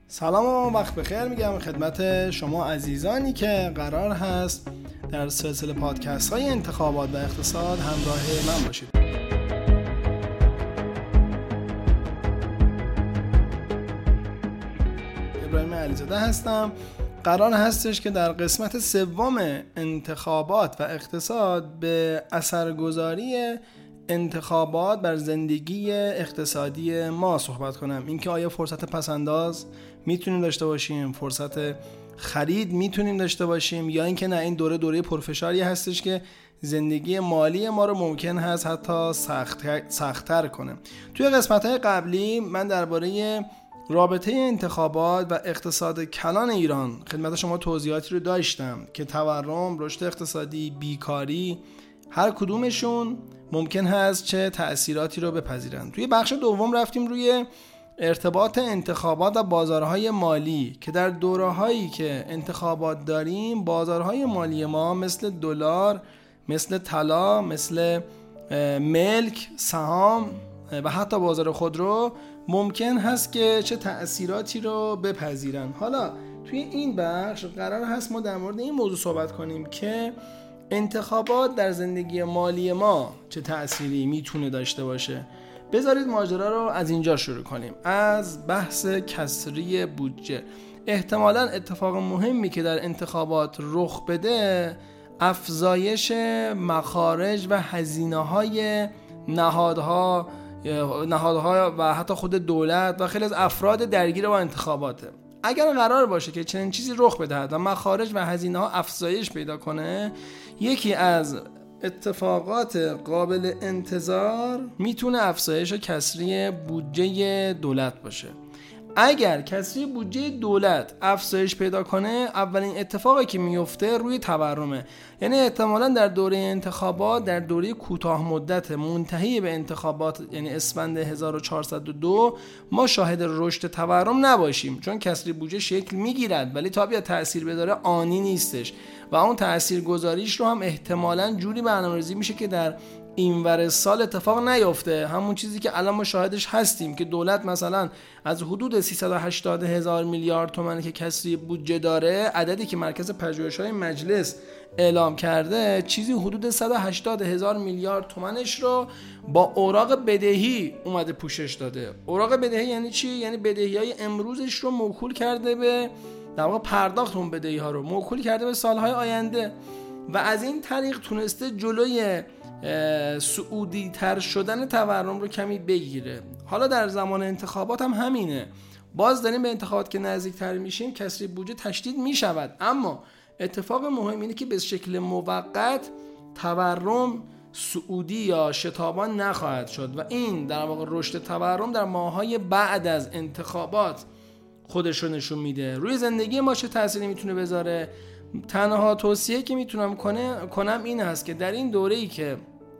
سلام و وقت بخیر میگم خدمت شما عزیزانی که قرار هست در سلسله پادکست های انتخابات و اقتصاد همراه من باشید. ابراهیم علیزاده هستم. قرار هستش که در قسمت سوم انتخابات و اقتصاد به اثرگذاری انتخابات بر زندگی اقتصادی ما صحبت کنم. اینکه آیا فرصت پسنداز میتونیم داشته باشیم، فرصت خرید میتونیم داشته باشیم، یا اینکه نه این دوره پرفشاری هستش که زندگی مالی ما رو ممکن هست حتی سخت‌تر کنه. توی قسمت‌های قبلی من درباره رابطه انتخابات و اقتصاد کلان ایران خدمت شما توضیحاتی رو داشتم که تورم، رشد اقتصادی، بیکاری، هر کدومشون ممکن هست چه تأثیراتی رو بپذیرن. توی بخش دوم رفتیم روی ارتباط انتخابات و بازارهای مالی که در دوره‌هایی که انتخابات داریم بازارهای مالی ما مثل دلار، مثل طلا، مثل ملک، سهام و حتی بازار خودرو ممکن هست که چه تأثیراتی رو بپذیرن. حالا توی این بخش قرار هست ما در مورد این موضوع صحبت کنیم که انتخابات در زندگی مالی ما چه تأثیری میتونه داشته باشه. بذارید ماجرا رو از اینجا شروع کنیم، از بحث کسری بودجه. احتمالاً اتفاق مهمی که در انتخابات رخ بده افزایش مخارج و هزینه‌های نهادها و حتی خود دولت و خیلی از افراد درگیر با انتخاباته. اگر قرار باشه که چنین چیزی رخ بدهد و مخارج و هزینه‌ها افزایش پیدا کنه، یکی از اتفاقات قابل انتظار میتونه افزایش کسری بودجه دولت باشه. اگر کسری بودجه دولت افزایش پیدا کنه، اولین اتفاقی که میفته روی تورمه. یعنی احتمالاً در دوره انتخابات، در دوره کوتاه مدت منتهی به انتخابات یعنی اسفند 1402 ما شاهد رشد تورم نباشیم، چون کسری بودجه شکل میگیرد ولی تا بیا تأثیر بذاره آنی نیستش و اون تأثیر گذاریش رو هم احتمالاً جوری برنامه‌ریزی میشه که در اینور سال اتفاق نیفته. همون چیزی که الان ما شاهدش هستیم که دولت مثلا از حدود 380,000 میلیارد تومانی که کسری بودجه داره، عددی که مرکز پژوهش‌های مجلس اعلام کرده چیزی حدود 180,000 میلیارد تومنش رو با اوراق بدهی اومده پوشش داده. اوراق بدهی یعنی چی؟ یعنی بدهی‌های امروزش رو موکول کرده به در واقع پرداخت اون بدهی‌ها رو موکول کرده به سال‌های آینده و از این طریق تونسته جلوی سعودی تر شدن تورم رو کمی بگیره. حالا در زمان انتخابات هم همینه. باز داریم به انتخابات که نزدیک تر میشیم کسری بودجه تشدید میشود، اما اتفاق مهم اینه که به شکل موقت تورم سعودی یا شتابان نخواهد شد و این در واقع رشد تورم در ماه‌های بعد از انتخابات خودش رو نشون میده. روی زندگی ما چه تأثیری میتونه بذاره؟ تنها توصیه که میتونم کنم این هست که در این دوره‌ای که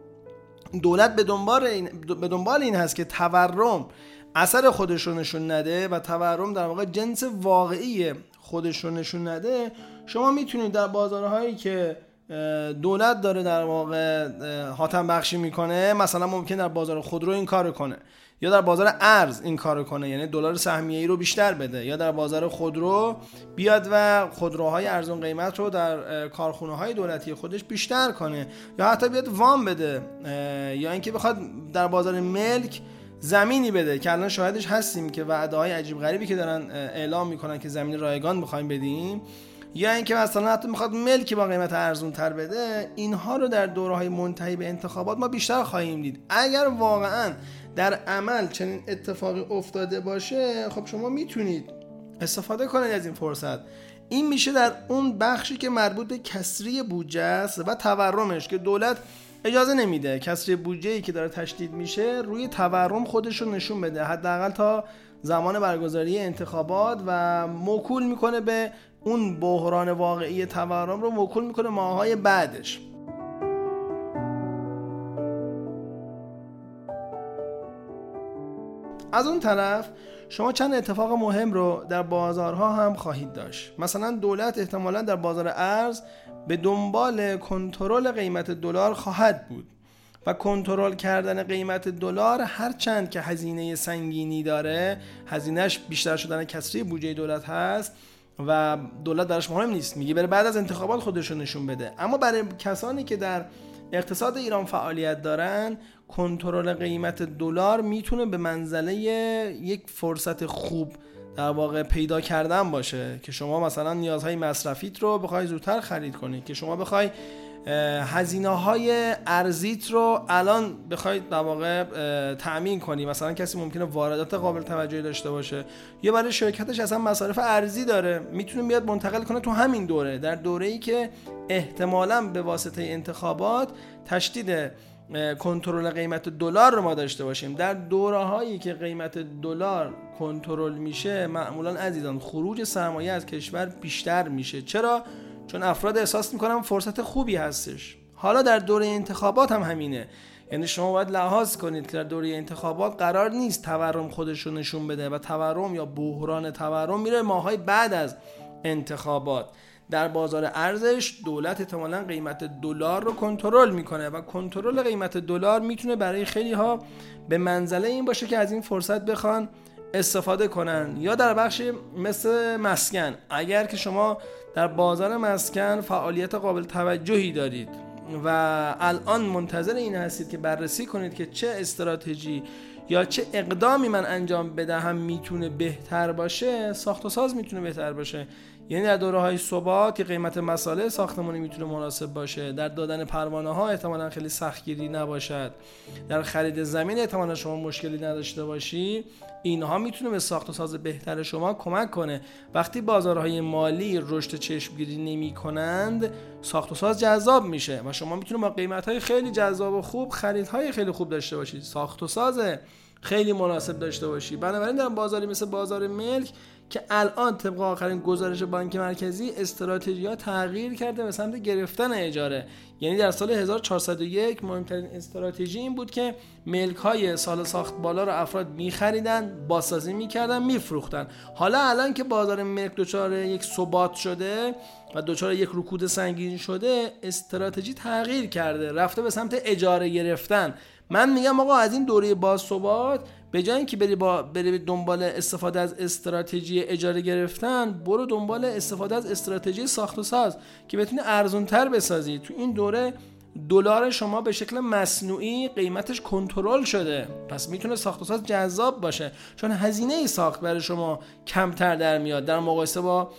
دولت به دنبال این هست که تورم اثر خودش رو نشون نده و تورم در واقع جنس واقعی خودش رو نشون نده، شما میتونید در بازارهایی که دولت داره در واقع حاتم بخشی میکنه، مثلا ممکن در بازار خودرو این کارو کنه یا در بازار ارز این کارو کنه، یعنی دلار سهمیه‌ای رو بیشتر بده، یا در بازار خودرو بیاد و خودروهای ارزون قیمت رو در کارخونه‌های دولتی خودش بیشتر کنه، یا حتی بیاد وام بده، یا اینکه بخواد در بازار ملک زمینی بده که الان شاهدش هستیم که وعده‌های عجیب غریبی که دارن اعلام میکنن که زمین رایگان می‌خوایم بدیم، یا اینکه مثلا حتی میخواد ملکی با قیمت ارزون تر بده. اینها رو در دوره‌های منتهی به انتخابات ما بیشتر خواهیم دید. اگر واقعاً در عمل چنین اتفاقی افتاده باشه، خب شما میتونید استفاده کنید از این فرصت. این میشه در اون بخشی که مربوط به کسری بودجه است و تورمش که دولت اجازه نمیده کسری بودجه‌ای که داره تشدید میشه روی تورم خودش رو نشون بده، حداقل تا زمان برگزاری انتخابات، و موکول میکنه به اون بحران واقعی تورم رو موکول میکنه ماه‌های بعدش. از اون طرف شما چند اتفاق مهم رو در بازارها هم خواهید داشت. مثلا دولت احتمالاً در بازار ارز به دنبال کنترل قیمت دلار خواهد بود و کنترل کردن قیمت دلار هر چند که هزینه سنگینی داره، هزینهش بیشتر شدن کسری بودجه دولت هست و دولت درش مهم نیست، میگه بره بعد از انتخابات خودشون نشون بده. اما برای کسانی که در اقتصاد ایران فعالیت دارن، کنترل قیمت دلار میتونه به منزله یک فرصت خوب در واقع پیدا کردن باشه که شما مثلا نیازهای مصرفیت رو بخوای زودتر خرید کنی، که شما بخوای هزینه‌های ارزیت رو الان بخواید در واقع تأمین کنی. مثلا کسی ممکنه واردات قابل توجهی داشته باشه یا برای شرکتش اصلا مصارف ارزی داره، میتونه بیاد منتقل کنه تو همین دوره، در دوره‌ای که احتمالاً به واسطه انتخابات تشدید کنترل قیمت دلار رو ما داشته باشیم. در دوره‌هایی که قیمت دلار کنترل میشه، معمولاً عزیزان خروج سرمایه از کشور بیشتر میشه. چرا؟ چون افراد احساس میکنن فرصت خوبی هستش. حالا در دوره انتخابات هم همینه، یعنی شما باید لحاظ کنید که در دوره انتخابات قرار نیست تورم خودش رو نشون بده و تورم یا بحران تورم میره ماهای بعد از انتخابات. در بازار ارزش دولت احتمالاً قیمت دلار رو کنترل میکنه و کنترل قیمت دلار میتونه برای خیلی ها به منزله این باشه که از این فرصت بخوان استفاده کنن. یا در بخش مثل مسکن، اگر که شما در بازار مسکن فعالیت قابل توجهی دارید و الان منتظر این هستید که بررسی کنید که چه استراتژی یا چه اقدامی من انجام بدهم میتونه بهتر باشه، ساخت و ساز میتونه بهتر باشه. یعنی در دوره‌های ثبات که قیمت مساله ساختمانی میتونه مناسب باشه، در دادن پروانه ها احتمالاً خیلی سختگیری نباشد، در خرید زمین احتمالاً شما مشکلی نداشته باشی، اینها میتونه به ساخت و ساز بهتر شما کمک کنه. وقتی بازارهای مالی رشد چشمگیری نمی‌کنند، ساخت و ساز جذاب میشه و شما میتونه با قیمت‌های خیلی جذاب و خوب خریدهای خیلی خوب داشته باشید، ساخت و ساز خیلی مناسب داشته باشی. بنابراین در بازاری مثل بازار ملک که الان طبق آخرین گزارش بانک مرکزی استراتژی‌ها تغییر کرده به سمت گرفتن اجاره. یعنی در سال 1401 مهمترین استراتژی این بود که ملک‌های سال ساخت بالا رو افراد می‌خریدن، بازسازی می‌کردن، می‌فروختن. حالا الان که بازار ملک دچار یک ثبات شده و دچار یک رکود سنگین شده، استراتژی تغییر کرده، رفته به سمت اجاره گرفتن. من میگم آقا از این دوره باثبات به جای اینکه بری دنبال استفاده از استراتژی اجاره گرفتن، برو دنبال استفاده از استراتژی ساخت و ساز که بتونی ارزان‌تر بسازی. تو این دوره دلار شما به شکل مصنوعی قیمتش کنترل شده، پس میتونه ساخت و ساز جذاب باشه چون هزینه ساخت برای شما کمتر در میاد در مقایسه با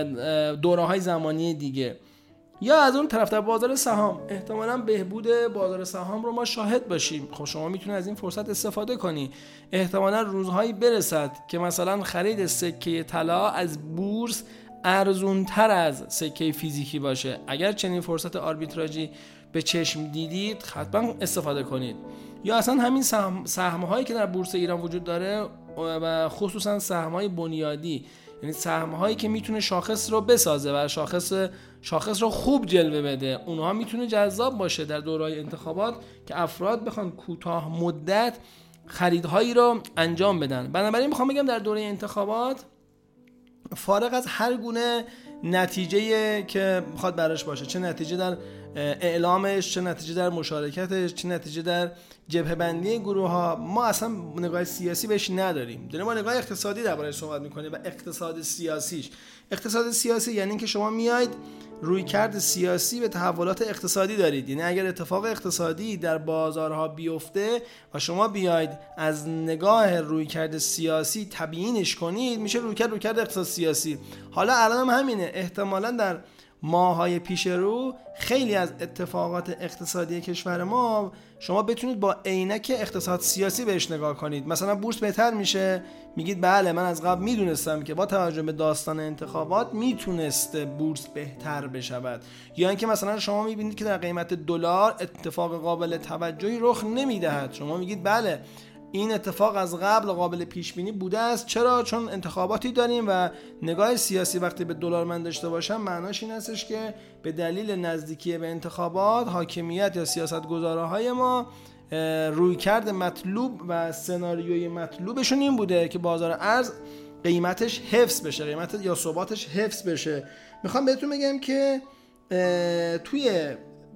دوره‌های زمانی دیگه. یا از اون طرف در بازار سهام احتمالاً بهبود بازار سهام رو ما شاهد باشیم. خب شما میتونید از این فرصت استفاده کنی. احتمالاً روزهایی برسد که مثلا خرید سکه طلا از بورس ارزونتر از سکه فیزیکی باشه. اگر چنین فرصت آربیتراژی به چشم دیدید حتما استفاده کنید. یا اصلا همین سهم‌هایی که در بورس ایران وجود داره و خصوصا سهم‌های بنیادی، یعنی سهم‌هایی که میتونه شاخص رو بسازه و شاخص رو خوب جلوه بده، اونها میتونه جذاب باشه در دوره‌های انتخابات که افراد بخوان کوتاه مدت خریدهایی رو انجام بدن. بنابراین میخوام بگم در دوره انتخابات فارغ از هر گونه نتیجه‌ای که میخواد براش باشه، چه نتیجه در اعلامش، چه نتیجه در مشارکتش، چه نتیجه در جبهه بندی گروه ها، ما اصلا نگاه سیاسی بهش نداریم. ما نگاه اقتصادی درباره‌اش صحبت می‌کنیم و اقتصاد سیاسیش. اقتصاد سیاسی یعنی که شما میاید رویکرد سیاسی به تحولات اقتصادی دارید. یعنی اگر اتفاق اقتصادی در بازارها بیفته و شما بیاید از نگاه رویکرد سیاسی تبیینش کنید، میشه رویکرد اقتصاد سیاسی. حالا الان هم همینه. احتمالاً در ماهای پیش رو خیلی از اتفاقات اقتصادی کشور ما شما بتونید با عینک اقتصاد سیاسی بهش نگاه کنید. مثلا بورس بهتر میشه، میگید بله من از قبل میدونستم که با توجه به داستان انتخابات میتونسته بورس بهتر بشود. یا اینکه مثلا شما میبینید که در قیمت دلار اتفاق قابل توجهی رخ نمیدهد، شما میگید بله این اتفاق از قبل قابل پیش بینی بوده است. چرا؟ چون انتخاباتی داریم و نگاه سیاسی وقتی به دلار من داشته باشم معناش این هستش که به دلیل نزدیکی به انتخابات حاکمیت یا سیاستگزارهای ما رویکرد مطلوب و سناریوی مطلوبشون این بوده که بازار ارز قیمتش حفظ بشه، قیمت یا ثباتش حفظ بشه. میخوام بهتون بگم که توی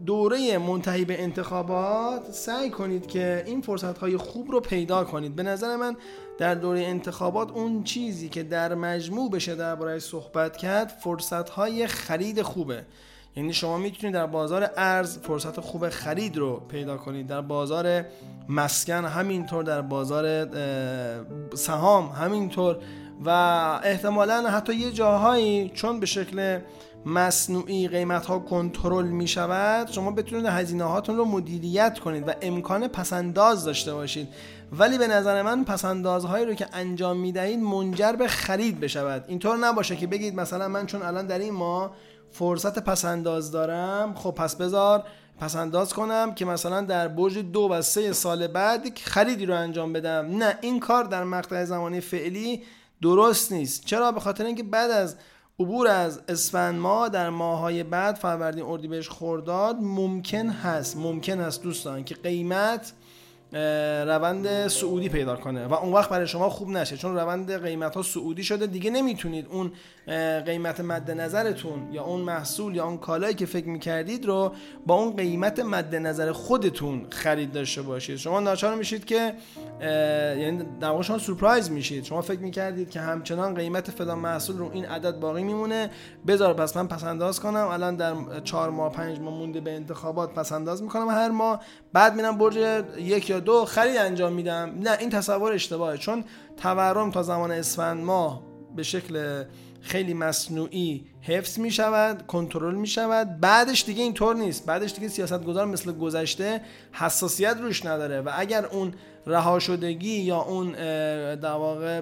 دوره منتهی به انتخابات سعی کنید که این فرصت‌های خوب رو پیدا کنید. به نظر من در دوره انتخابات اون چیزی که در مجموع بشه درباره‌اش صحبت کرد فرصت‌های خرید خوبه. یعنی شما میتونید در بازار ارز فرصت خوب خرید رو پیدا کنید، در بازار مسکن همینطور، در بازار سهام همینطور، و احتمالاً حتی یه جاهایی چون به شکل مصنوعی قیمت ها کنترل می شود شما بتونید هزینه هاتون رو مدیریت کنید و امکان پسنداز داشته باشید. ولی به نظر من پسندازهایی رو که انجام می دهید منجر به خرید بشود. اینطور نباشه که بگید مثلا من چون الان در این ماه فرصت پسنداز دارم، خب پس بذار پسنداز کنم که مثلا در برج 2 و 3 سال بعد خریدی رو انجام بدم. نه، این کار در مقطع زمانی فعلی درست نیست. چرا؟ به خاطر اینکه بعد از عبور از اسفند ماه در ماه‌های بعد فروردین، اردیبهشت، خرداد ممکن هست دوستان که قیمت روند صعودی پیدا کنه و اون وقت برای شما خوب نشه، چون روند قیمت ها صعودی شده. دیگه نمیتونید اون قیمت مد نظرتون یا اون محصول یا اون کالایی که فکر میکردید رو با اون قیمت مد نظر خودتون خرید داشته باشید. شما ناچار میشید که یعنی در واقع شما سورپرایز میشید. شما فکر میکردید که همچنان قیمت فلان محصول رو این عدد باقی میمونه، بذار پس من پسنداز کنم، الان در 4 ماه 5 ماه مونده به انتخابات پسنداز میکنم هر ماه، بعد میرم برج 1 یا 2 خرید انجام میدم. نه، این تصور اشتباهه، چون تورم تا زمان اسفند ماه به شکل خیلی مصنوعی حفظ می شود، کنترل می شود. بعدش دیگه اینطور نیست. بعدش دیگه سیاستگزار مثل گذشته حساسیت روش نداره و اگر اون رها شدگی یا اون در واقع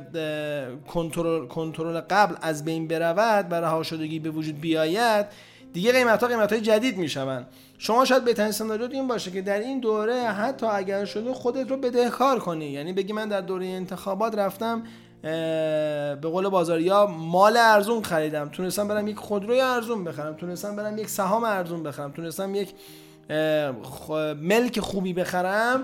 کنترل قبل از بین برود و رها شدگی به وجود بیاید، دیگه قیمت‌های جدید میشوند. شما شاید بهترین سناریو این باشه که در این دوره حتی اگر شده خودت رو بدهکار کنی. یعنی بگی من در دوره انتخابات رفتم به قول بازاریا مال ارزون خریدم، تونستم برم یک خودروی ارزون بخرم، تونستم برم یک سهام ارزون بخرم، تونستم یک ملک خوبی بخرم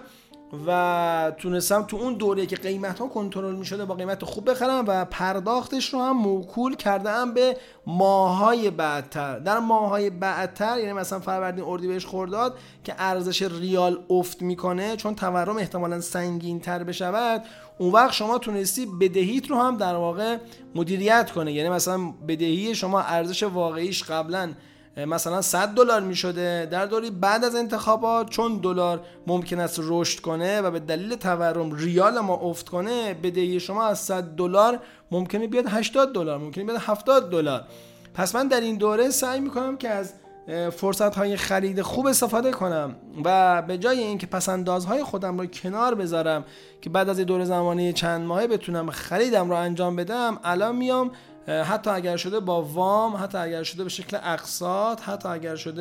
و تونستم تو اون دوره که قیمت ها کنترل می شده با قیمت خوب بخرم و پرداختش رو هم موکول کردم به ماهای بعدتر. در ماهای بعدتر یعنی مثلا فروردین، اردیبهشت، خرداد که ارزش ریال افت میکنه چون تورم احتمالاً سنگین تر بشود، اون وقت شما تونستی بدهیت رو هم در واقع مدیریت کنه. یعنی مثلا بدهی شما ارزش واقعیش قبلاً مثلا $100 می شده، در دوره بعد از انتخابات چون دلار ممکن است رشد کنه و به دلیل تورم ریال ما افت کنه، بدهی شما از $100 ممکنه بیاد $80، ممکنه بیاد $70. پس من در این دوره سعی میکنم که از فرصت‌های خرید خوب استفاده کنم و به جای اینکه پسندازهای خودم رو کنار بذارم که بعد از دوره زمانی چند ماهه بتونم خریدم رو انجام بدم، الان میام حتی اگر شده با وام، حتی اگر شده به شکل اقساط، حتی اگر شده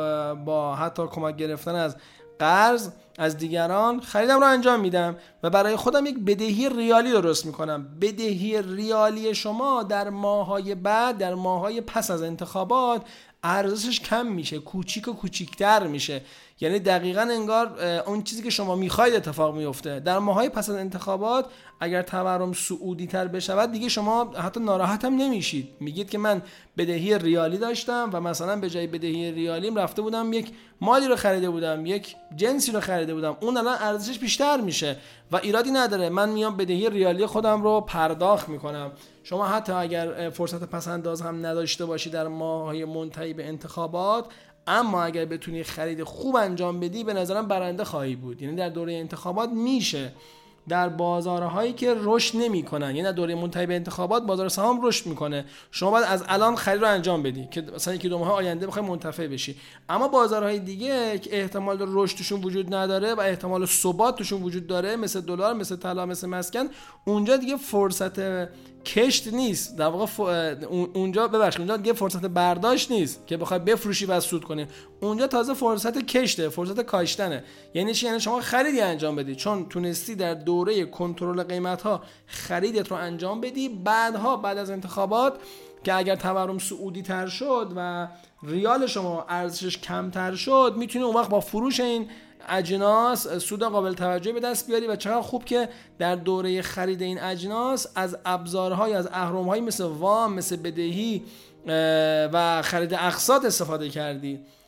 با حتی کمک گرفتن از قرض از دیگران خریدم رو انجام میدم و برای خودم یک بدهی ریالی درست میکنم. بدهی ریالی شما در ماه‌های بعد، در ماه‌های پس از انتخابات ارزشش کم میشه، کوچیک و کوچیکتر میشه. یعنی دقیقاً انگار اون چیزی که شما میخواید اتفاق میفته. در ماه‌های پس از انتخابات اگر تورم صعودی تر بشود دیگه شما حتی ناراحت هم نمیشید، میگید که من بدهی ریالی داشتم و مثلا به جای بدهی ریالیم رفته بودم یک مالی رو خریده بودم، یک جنسی رو خریده بودم، اون الان ارزشش بیشتر میشه و ایرادی نداره، من میام بدهی ریالی خودم رو پرداخت میکنم. شما حتی اگر فرصت پسنداز هم نداشته باشی در ماه‌های منتهی به انتخابات، اما اگر بتونی خرید خوب انجام بدی به نظرم برنده خواهی بود. یعنی در دوره انتخابات میشه در بازارهایی که رشد نمی‌کنن، یعنی در دوره منتهی به انتخابات بازار سهام رشد میکنه، شما باید از الان خرید رو انجام بدی که مثلا یکی دو ماه آینده بخوای منتفع بشی. اما بازارهای دیگه که احتمال رشد توشون وجود نداره و احتمال ثبات توشون وجود داره، مثل دلار، مثل طلا، مثل مسکن، اونجا دیگه فرصت کشت نیست، در واقع اونجا دیگه فرصت برداشت نیست که بخوای بفروشی و سود کنی. اونجا تازه فرصت کشته، فرصت کاشتنه. یعنی چی؟ یعنی شما خریدی انجام بدی چون تونستی در دوره کنترل قیمت ها خریدت رو انجام بدی. بعد از انتخابات که اگر تورم صعودی تر شد و ریال شما ارزشش کمتر شد، میتونی اون وقت با فروش این اجناس سود قابل توجهی به دست بیاری و چقدر خوب که در دوره خرید این اجناس از ابزارهای، از اهرم‌های مثل وام، مثل بدهی و خرید اقساط استفاده کردی.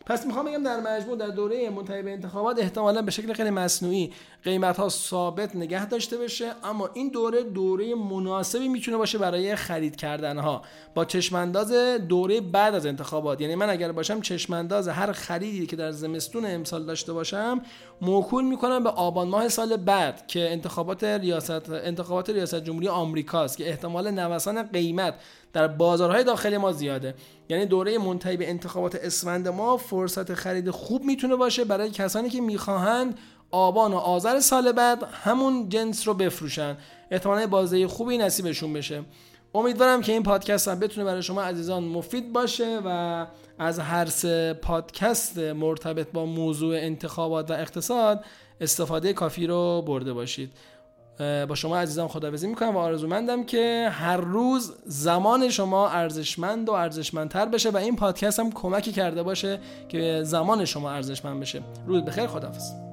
پس میخوام بگم در مجموع در دوره منتهی به انتخابات احتمالاً به شکل خیلی مصنوعی قیمت‌ها ثابت نگه داشته بشه، اما این دوره مناسبی میتونه باشه برای خرید کردنها با چشمانداز دوره بعد از انتخابات. یعنی من اگر باشم چشمانداز هر خریدی که در زمستون امسال داشته باشم موکول میکنم به آبان ماه سال بعد که انتخابات ریاست جمهوری آمریکاست که احتمال نوسان قیمت در بازارهای داخلی ما زیاده. یعنی دوره منتهی به انتخابات اسفند ما فرصت خرید خوب میتونه باشه برای کسانی که میخواهند آبان و آذر سال بعد همون جنس رو بفروشن، احتمالاً بازده خوبی نصیبشون بشه. امیدوارم که این پادکست هم بتونه برای شما عزیزان مفید باشه و از هر سه پادکست مرتبط با موضوع انتخابات و اقتصاد استفاده کافی رو برده باشید. با شما عزیزان خداحافظی میکنم و آرزومندم که هر روز زمان شما ارزشمند و ارزشمندتر بشه و این پادکست هم کمکی کرده باشه که زمان شما ارزشمند بشه. روز بخیر، خداحافظ.